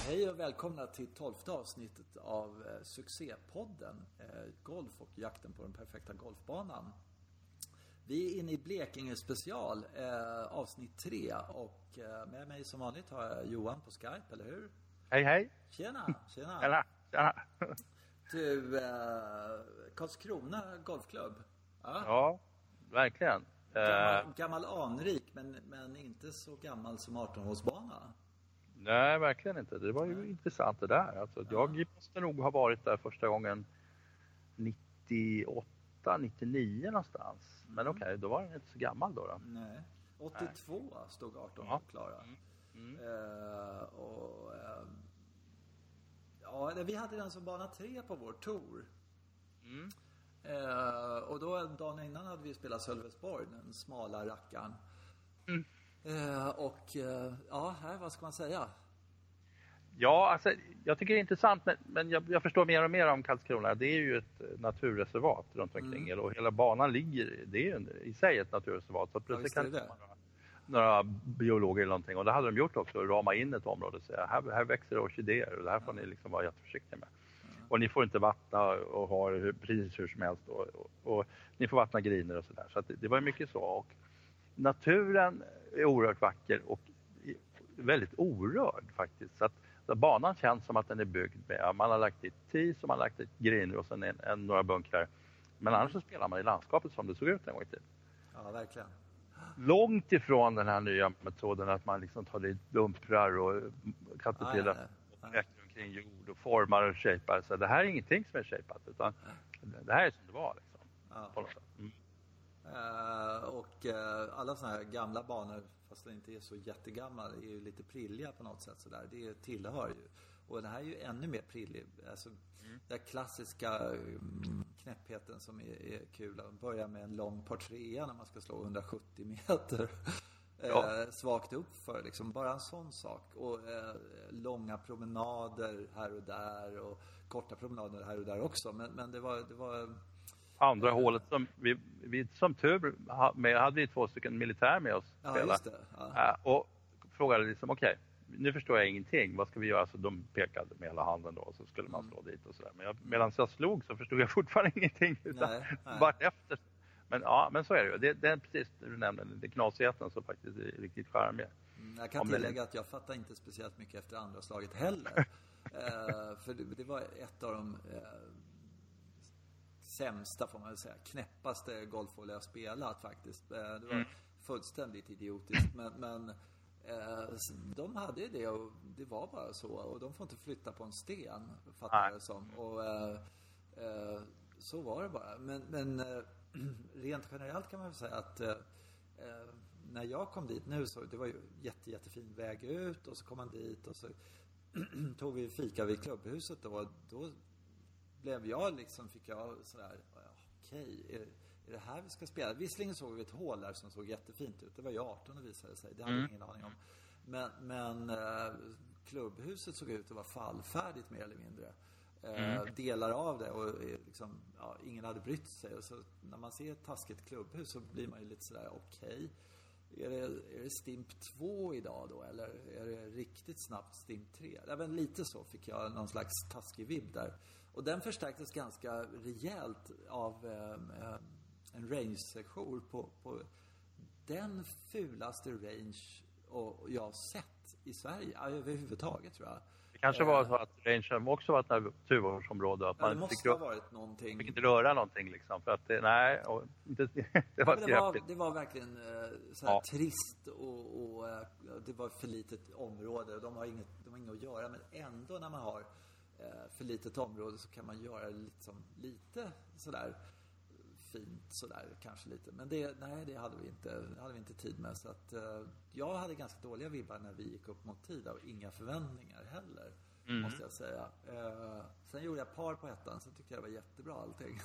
Hej och välkomna till 12:e avsnittet av succépodden Golf och jakten på den perfekta golfbanan. Vi är inne i Blekinge special, avsnitt 3, och med mig som vanligt har jag Johan på Skype, eller hur? Hej hej! Tjena! Tjena! Du, Karlskrona golfklubb. Ja, verkligen. Gammal anrik, men inte så gammal som 18-hålsbana. Nej, verkligen inte. Det var ju intressant det där. Alltså, jag måste nog ha varit där första gången 98, 99 någonstans. Men okej, då var den inte så gammal då. Nej, 82 stod 18 klara. Vi hade den som bana 3 på vår tour. Och då dagen innan hade vi spelat Sölvesborg, den smala rackaren. Här, vad ska man säga? Ja, alltså, jag tycker det är intressant, men jag förstår mer och mer om Karlskrona. Det är ju ett naturreservat runt omkring. Och hela banan ligger, det är ju i sig ett naturreservat. Så plötsligt kan det komma några biologer eller någonting. Och det hade de gjort också, rama in ett område och säga, här växer orkidéer och det här får ni liksom vara jätteförsiktiga med. Och ni får inte vattna och ha det precis hur som helst. Och ni får vattna griner och sådär. Så att det var mycket så. Och naturen är oerhört vacker och väldigt orörd faktiskt. Så att banan känns som att den är byggd med, man har lagt dit tis och man har lagt dit griner och sen några bunkrar. Men annars så spelar man i landskapet som det såg ut en gång i tiden. Ja, verkligen. Långt ifrån den här nya metoden att man liksom tar dit dumprar och katapillar omkring jord och formar och shapar. Så det här är ingenting som är shapat, utan det här är som det var liksom. På något sätt. Alla såna här gamla banor, fast det inte är så jättegammal, är ju lite prilliga på något sätt sådär. Det tillhör ju. Och det här är ju ännu mer prillig. Alltså den klassiska knäppheten som är kul. Att börja med en lång par 3 när man ska slå 170 meter. Svagt upp för liksom. Bara en sån sak. Och långa promenader här och där. Och korta promenader här och där också. Men det var andra hålet som vi som tur hade vi 2 stycken militär med oss spela. Just det. Och frågade liksom okej, nu förstår jag ingenting, vad ska vi göra? Så de pekade med hela handen då och så skulle man slå dit och sådär. Men medan jag slog så förstod jag fortfarande ingenting utan vart efter. Men så är det ju. Det är precis det du nämnde, det knasigheten som faktiskt är riktigt charmig. Jag kan tillägga att jag fattar inte speciellt mycket efter andra slaget heller. För det var ett av de sämsta, får man väl säga, knäppaste golfhål jag spelat faktiskt. Det var fullständigt idiotiskt, men de hade det och det var bara så, och de får inte flytta på en sten, fattar jag det som. Och så var det bara. Men rent generellt kan man väl säga att när jag kom dit nu så det var ju jättefin väg ut, och så kom man dit och så tog vi fika vid klubbhuset då blev jag liksom, fick jag sådär, okej, är det här vi ska spela? Visserligen såg vi ett hål där som såg jättefint ut. Det var ju 18 och visade sig. Det hade jag ingen aning om. Men klubbhuset såg ut att vara fallfärdigt mer eller mindre. Delar av det och liksom, ingen hade brytt sig. Och så när man ser ett taskigt klubbhus så blir man ju lite sådär, okej. Är det Stimp 2 idag då? Eller är det riktigt snabbt Stimp 3? Även lite så fick jag någon slags taskig vibb där. Och den förstärktes ganska rejält av en range-sektion på den fulaste range jag har sett i Sverige överhuvudtaget, tror jag. Det kanske var så att rangen också var ett naturvårdsområde. Att man det måste ha varit någonting. Fick inte röra någonting liksom. För att det var verkligen trist och det var för litet område. De har inget att göra, men ändå när man har för litet område så kan man göra lite sådär fint sådär, kanske lite. Men det hade vi inte tid med, så att jag hade ganska dåliga vibbar när vi gick upp mot tid och inga förväntningar heller, måste jag säga. Sen gjorde jag par på ettan, så tyckte jag det var jättebra allting.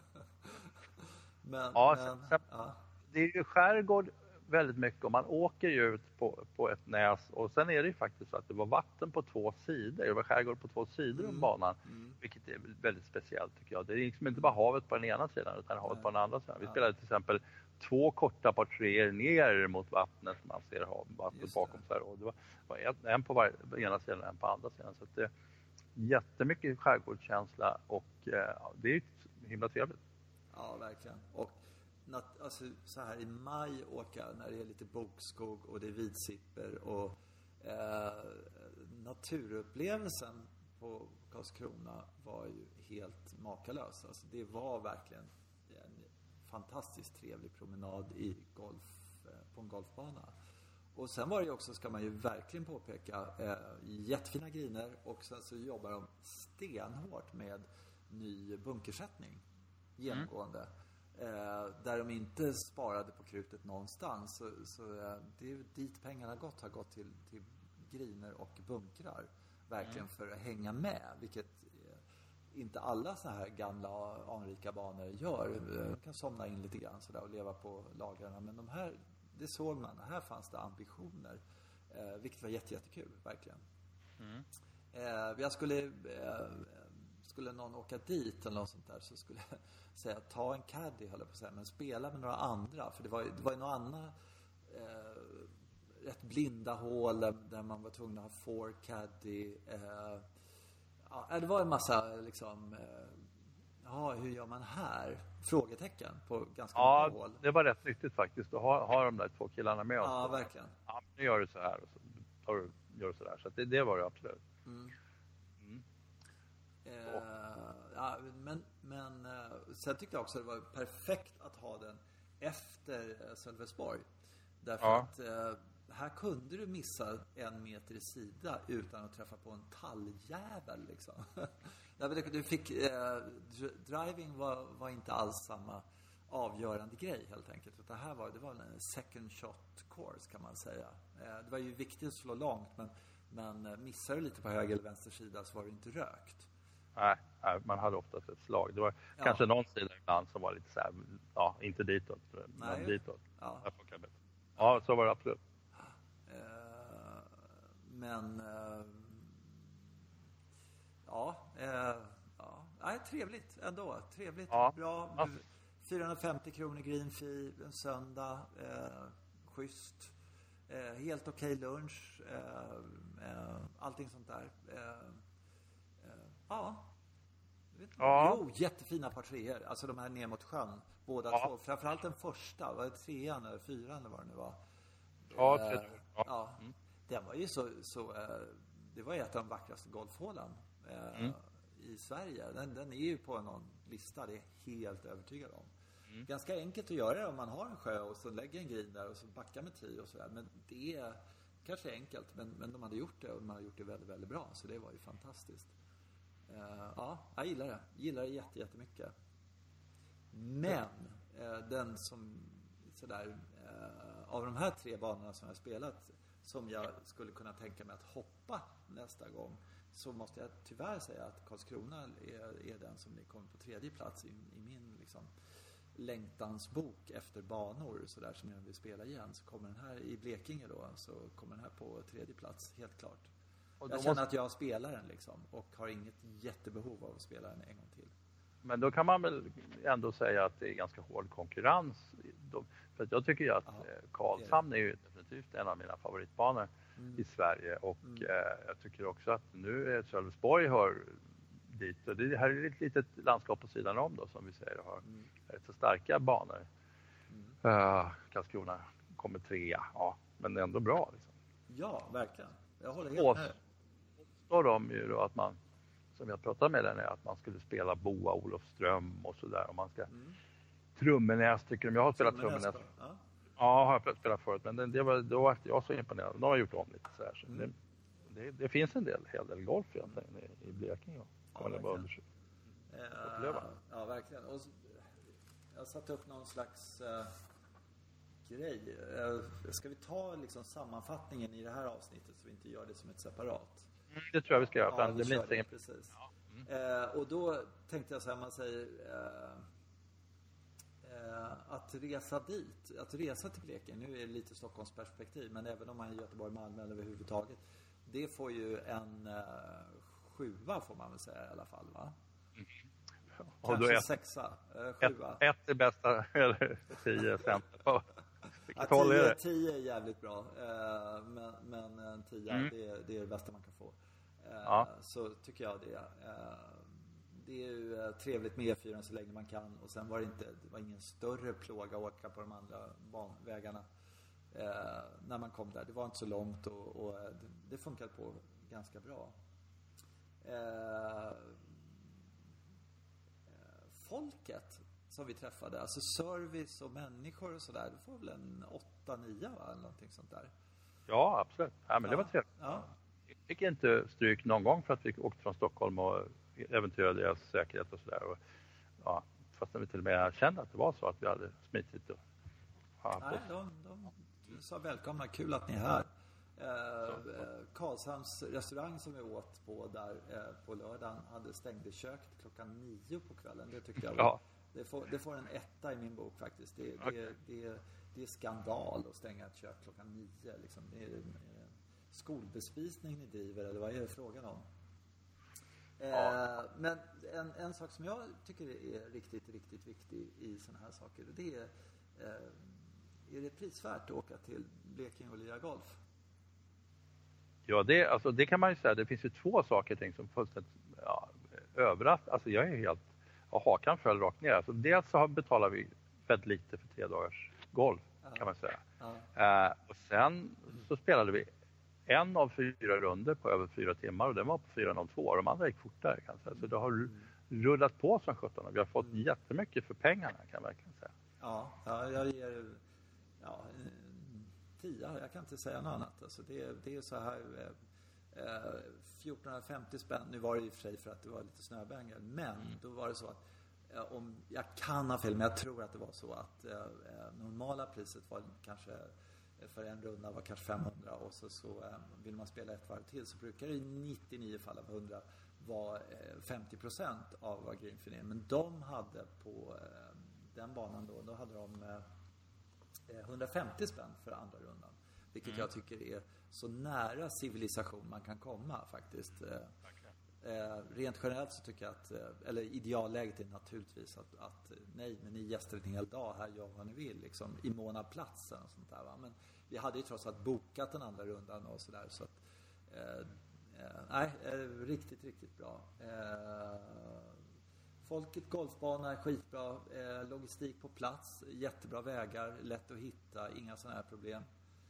Det är ju skärgård väldigt mycket, och man åker ju ut på ett näs, och sen är det ju faktiskt så att det var vatten på 2 sidor, det var skärgård på 2 sidor om banan, vilket är väldigt speciellt tycker jag. Det är liksom inte bara havet på den ena sidan utan havet på den andra sidan. Vi spelade till exempel 2 korta par treor ner mot vattnet. Man ser vattnet bakom sig. Och det var en på ena sidan och en på andra sidan. Så att det är jättemycket skärgårdskänsla och det är ju himla trevligt. Ja, verkligen. Och alltså, så här i maj åka när det är lite bokskog och det är vidsipper och naturupplevelsen på Karlskrona var ju helt makalös. Alltså, det var verkligen en fantastiskt trevlig promenad på en golfbana. Och sen var det ju också, ska man ju verkligen påpeka, jättefina griner och sen så jobbar de stenhårt med ny bunkersättning genomgående. Där de inte sparade på krutet någonstans. Så det är dit pengarna har gått till griner och bunkrar. Verkligen för att hänga med. Vilket inte alla så här gamla anrika banor gör. De kan somna in lite grann sådär och leva på lagrarna. Men de här, det såg man. Här fanns det ambitioner. Vilket var jättekul, verkligen. Jag skulle någon åka dit eller något sånt där, så skulle jag säga ta en caddy, höll jag på att säga, men spela med några andra, för det var ju några andra rätt blinda hål där man var tvungen att ha 4 caddy. Det var en massa liksom hur gör man här? Frågetecken på ganska många hål. Ja, det var rätt nyttigt faktiskt att ha de där 2 killarna med oss. Ja, verkligen. Ja, nu gör du så här och så gör du så där. Så att det var det absolut. Men sen tyckte jag också att det var perfekt att ha den efter Sölvesborg. Därför att här kunde du missa 1 meter i sida utan att träffa på en talljävel liksom. Du fick driving var inte alls samma avgörande grej helt enkelt. Utan det var en second shot course kan man säga. Det var ju viktigt att slå långt, men missar du lite på höger eller vänster sida så var det inte rökt. Nej, man hade oftast ett slag. Det var kanske någon sida ibland som var lite så här, inte ditåt, men ditåt. Ja, så var det absolut. Trevligt ändå. Trevligt, ja. Bra. 450 kronor green fee en söndag. Schysst. Helt okej lunch. Allting sånt där. Jättefina par treor. Alltså de här ner mot sjön. Båda två. Framförallt den första. Var det 3:an eller 4:an eller vad det nu var? Den var ju så det var ju ett av de vackraste golfhålen i Sverige. Den är ju på någon lista, det är helt övertygad om. Ganska enkelt att göra det om man har en sjö och så lägger en green där och så backar med 10 och sådär. Men det är kanske enkelt, men de hade gjort det och de hade gjort det väldigt, väldigt bra. Så det var ju fantastiskt. Jag gillar det. Gillar det jättemycket. Men den som sådär av de här 3 banorna som jag spelat som jag skulle kunna tänka mig att hoppa nästa gång, så måste jag tyvärr säga att Karlskrona är den som kommer på 3:e plats i min liksom längtansbok efter banor så där som jag vill spela igen. Så kommer den här i Blekinge då, så kommer den här på 3:e plats helt klart. Jag känner att jag spelar den liksom och har inget jättebehov av att spela den en gång till. Men då kan man väl ändå säga att det är ganska hård konkurrens. För att jag tycker ju att Karlshamn är ju definitivt en av mina favoritbanor i Sverige. Och jag tycker också att nu är Sölvesborg hör dit. Och det här är ett litet landskap på sidan om då, som vi säger. Och har rätt så starka banor. Karlskrona kommer 3:a. Ja, men ändå bra liksom. Ja, verkligen. Jag håller helt med. Står de ju då att man, som jag pratade med den, är att man skulle spela Boa Olofström och sådär. Och man ska Trummenäs tycker de. Jag har spelat Trummenäs. Ja, har jag spelat förut. Men då var jag så imponerad. De har gjort om lite så här. Så det finns en hel del golf egentligen i Blekinge. Ja, verkligen. Och jag satte upp någon slags grej. Ska vi ta liksom sammanfattningen i det här avsnittet så vi inte gör det som ett separat? Det tror jag vi ska göra. Det blir inte precis. Och då tänkte jag så här, man säger att resa dit, att resa till Blekinge, nu är det lite Stockholms perspektiv, men även om man är i Göteborg, Malmö eller överhuvudtaget, det får ju en 7 får man väl säga i alla fall, va? Och kanske då 6, 7. Ett är bästa, eller 10 sämsta. Ja, 10 är jävligt bra. Men en 10, det är det bästa man kan få. Så tycker jag det. Det är ju trevligt med E4 så länge man kan. Och sen var det var ingen större plåga att åka på de andra banvägarna när man kom där. Det var inte så långt och det funkade på ganska bra. Folket som vi träffade, alltså service och människor och sådär, det får väl en 8-9 va, eller någonting sånt där. Ja, absolut. Ja, men det var trevligt. Ja. Vi fick inte stryk någon gång för att vi åkte från Stockholm och äventyrade deras säkerhet och sådär. Ja, fast vi till och med kände att det var så att vi hade smitit. Nej, de sa välkomna, kul att ni är här. Karlshamns restaurang som vi åt på där på lördagen stängde köket klockan 9 på kvällen. Det tyckte jag var, det får en 1 i min bok faktiskt. Det är skandal att stänga ett kök klockan 9 liksom. Det är skolbespisning ni driver, eller vad är det frågan om? Men en sak som jag tycker är riktigt viktig i såna här saker, det är det prisvärt att åka till Blekinge och lira golf? Ja, det kan man ju säga. Det finns ju 2 saker som fullständigt överraskar. Alltså jag är helt hakan föll rakt ner. Alltså dels så betalar vi väldigt lite för 3 dagars golf kan man säga. Och sen så spelade vi en av 4 runder på över 4 timmar och den var på 4:02. De andra gick fortare kan jag säga. Så det har rullat på som 17. Vi har fått jättemycket för pengarna kan jag verkligen säga. Ja, jag ger 10. Jag kan inte säga något annat. Alltså det är så här 1450 spänn. Nu var det i och för sig för att det var lite snöbängel. Men då var det så att om jag kan ha fel, men jag tror att det var så att normala priset var kanske för en runda var kanske 500 och så vill man spela ett varv till så brukar det i 99 fall av 100 vara 50% av vad greenfin är. Men de hade på den banan då hade de 150 spänn för andra rundan. Vilket jag tycker är så nära civilisation man kan komma faktiskt. Rent generellt så tycker jag att, eller idealläget är naturligtvis att nej, men ni gäster en hel dag här, gör vad ni vill liksom, i mån av platsen och sånt där va? Men vi hade ju trots allt bokat den andra rundan och sådär så att riktigt bra. Folket, golfbana, skitbra, logistik på plats, jättebra vägar, lätt att hitta, inga sådana här problem.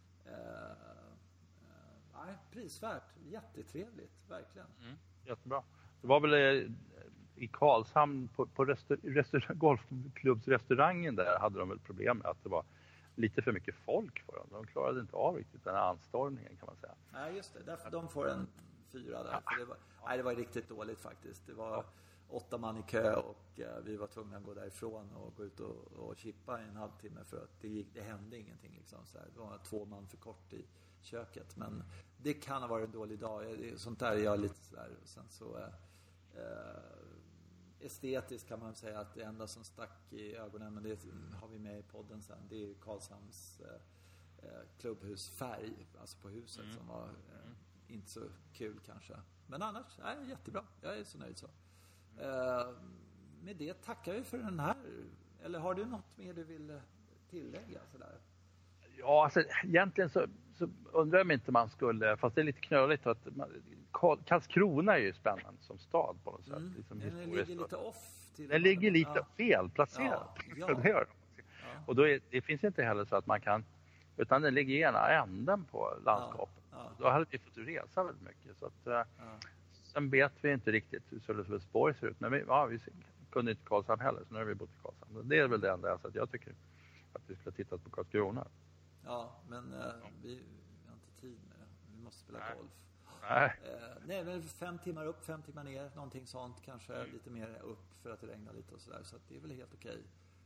Prisvärt, jättetrevligt, verkligen. Jättebra. Det var väl i Karlshamn på golfklubbsrestaurangen där hade de väl problem med att det var lite för mycket folk för dem. De klarade inte av riktigt den här anstormningen kan man säga. Nej, just det. Därför de får en 4 där. För det var riktigt dåligt faktiskt. Det var 8 man i kö och vi var tvungna att gå därifrån och gå ut och chippa i en halvtimme för att det hände ingenting liksom. Så här. Det var 2 man för kort i köket. Men det kan ha varit en dålig dag. Sånt där är jag lite sådär. Och sen så estetiskt kan man säga att det enda som stack i ögonen, men det har vi med i podden sen, det är Karlshamns klubbhusfärg, alltså på huset som var inte så kul kanske. Men annars, jättebra. Jag är så nöjd så. Med det tackar vi för den här. Eller har du något mer du vill tillägga sådär? Ja, alltså egentligen så undrar jag om inte man skulle, fast det är lite knöligt att Karlskrona är ju spännande som stad på något sätt. Liksom den ligger lite off. Den ligger lite felplacerad. Ja. Och då det finns inte heller så att man kan, utan den ligger i ena änden på landskapet. Då hade vi fått resa väldigt mycket. Så att, sen vet vi inte riktigt hur Sölvesborg ser ut. Men vi kunde inte Karlshamn heller, så nu har vi bott i Karlshamn. Det är väl det enda, så att jag tycker att vi skulle ha tittat på Karlskrona. Ja, men vi har inte tid med det. Vi måste spela golf. Nej, men 5 timmar upp, 5 timmar ner, någonting sånt, kanske lite mer upp för att det regnar lite och sådär, så att det är väl helt okej.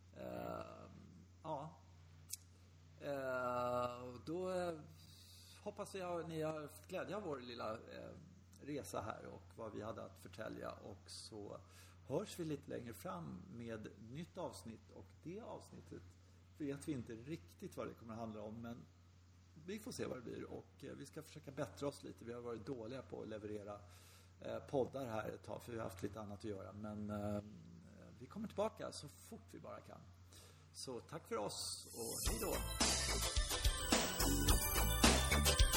Då hoppas jag ni har haft glädje av vår lilla resa här och vad vi hade att förtälja, och så hörs vi lite längre fram med nytt avsnitt, och det avsnittet vet vi inte riktigt vad det kommer att handla om, men vi får se vad det blir, och vi ska försöka bättra oss lite. Vi har varit dåliga på att leverera poddar här ett tag, för vi har haft lite annat att göra, men vi kommer tillbaka så fort vi bara kan. Så tack för oss och hej då!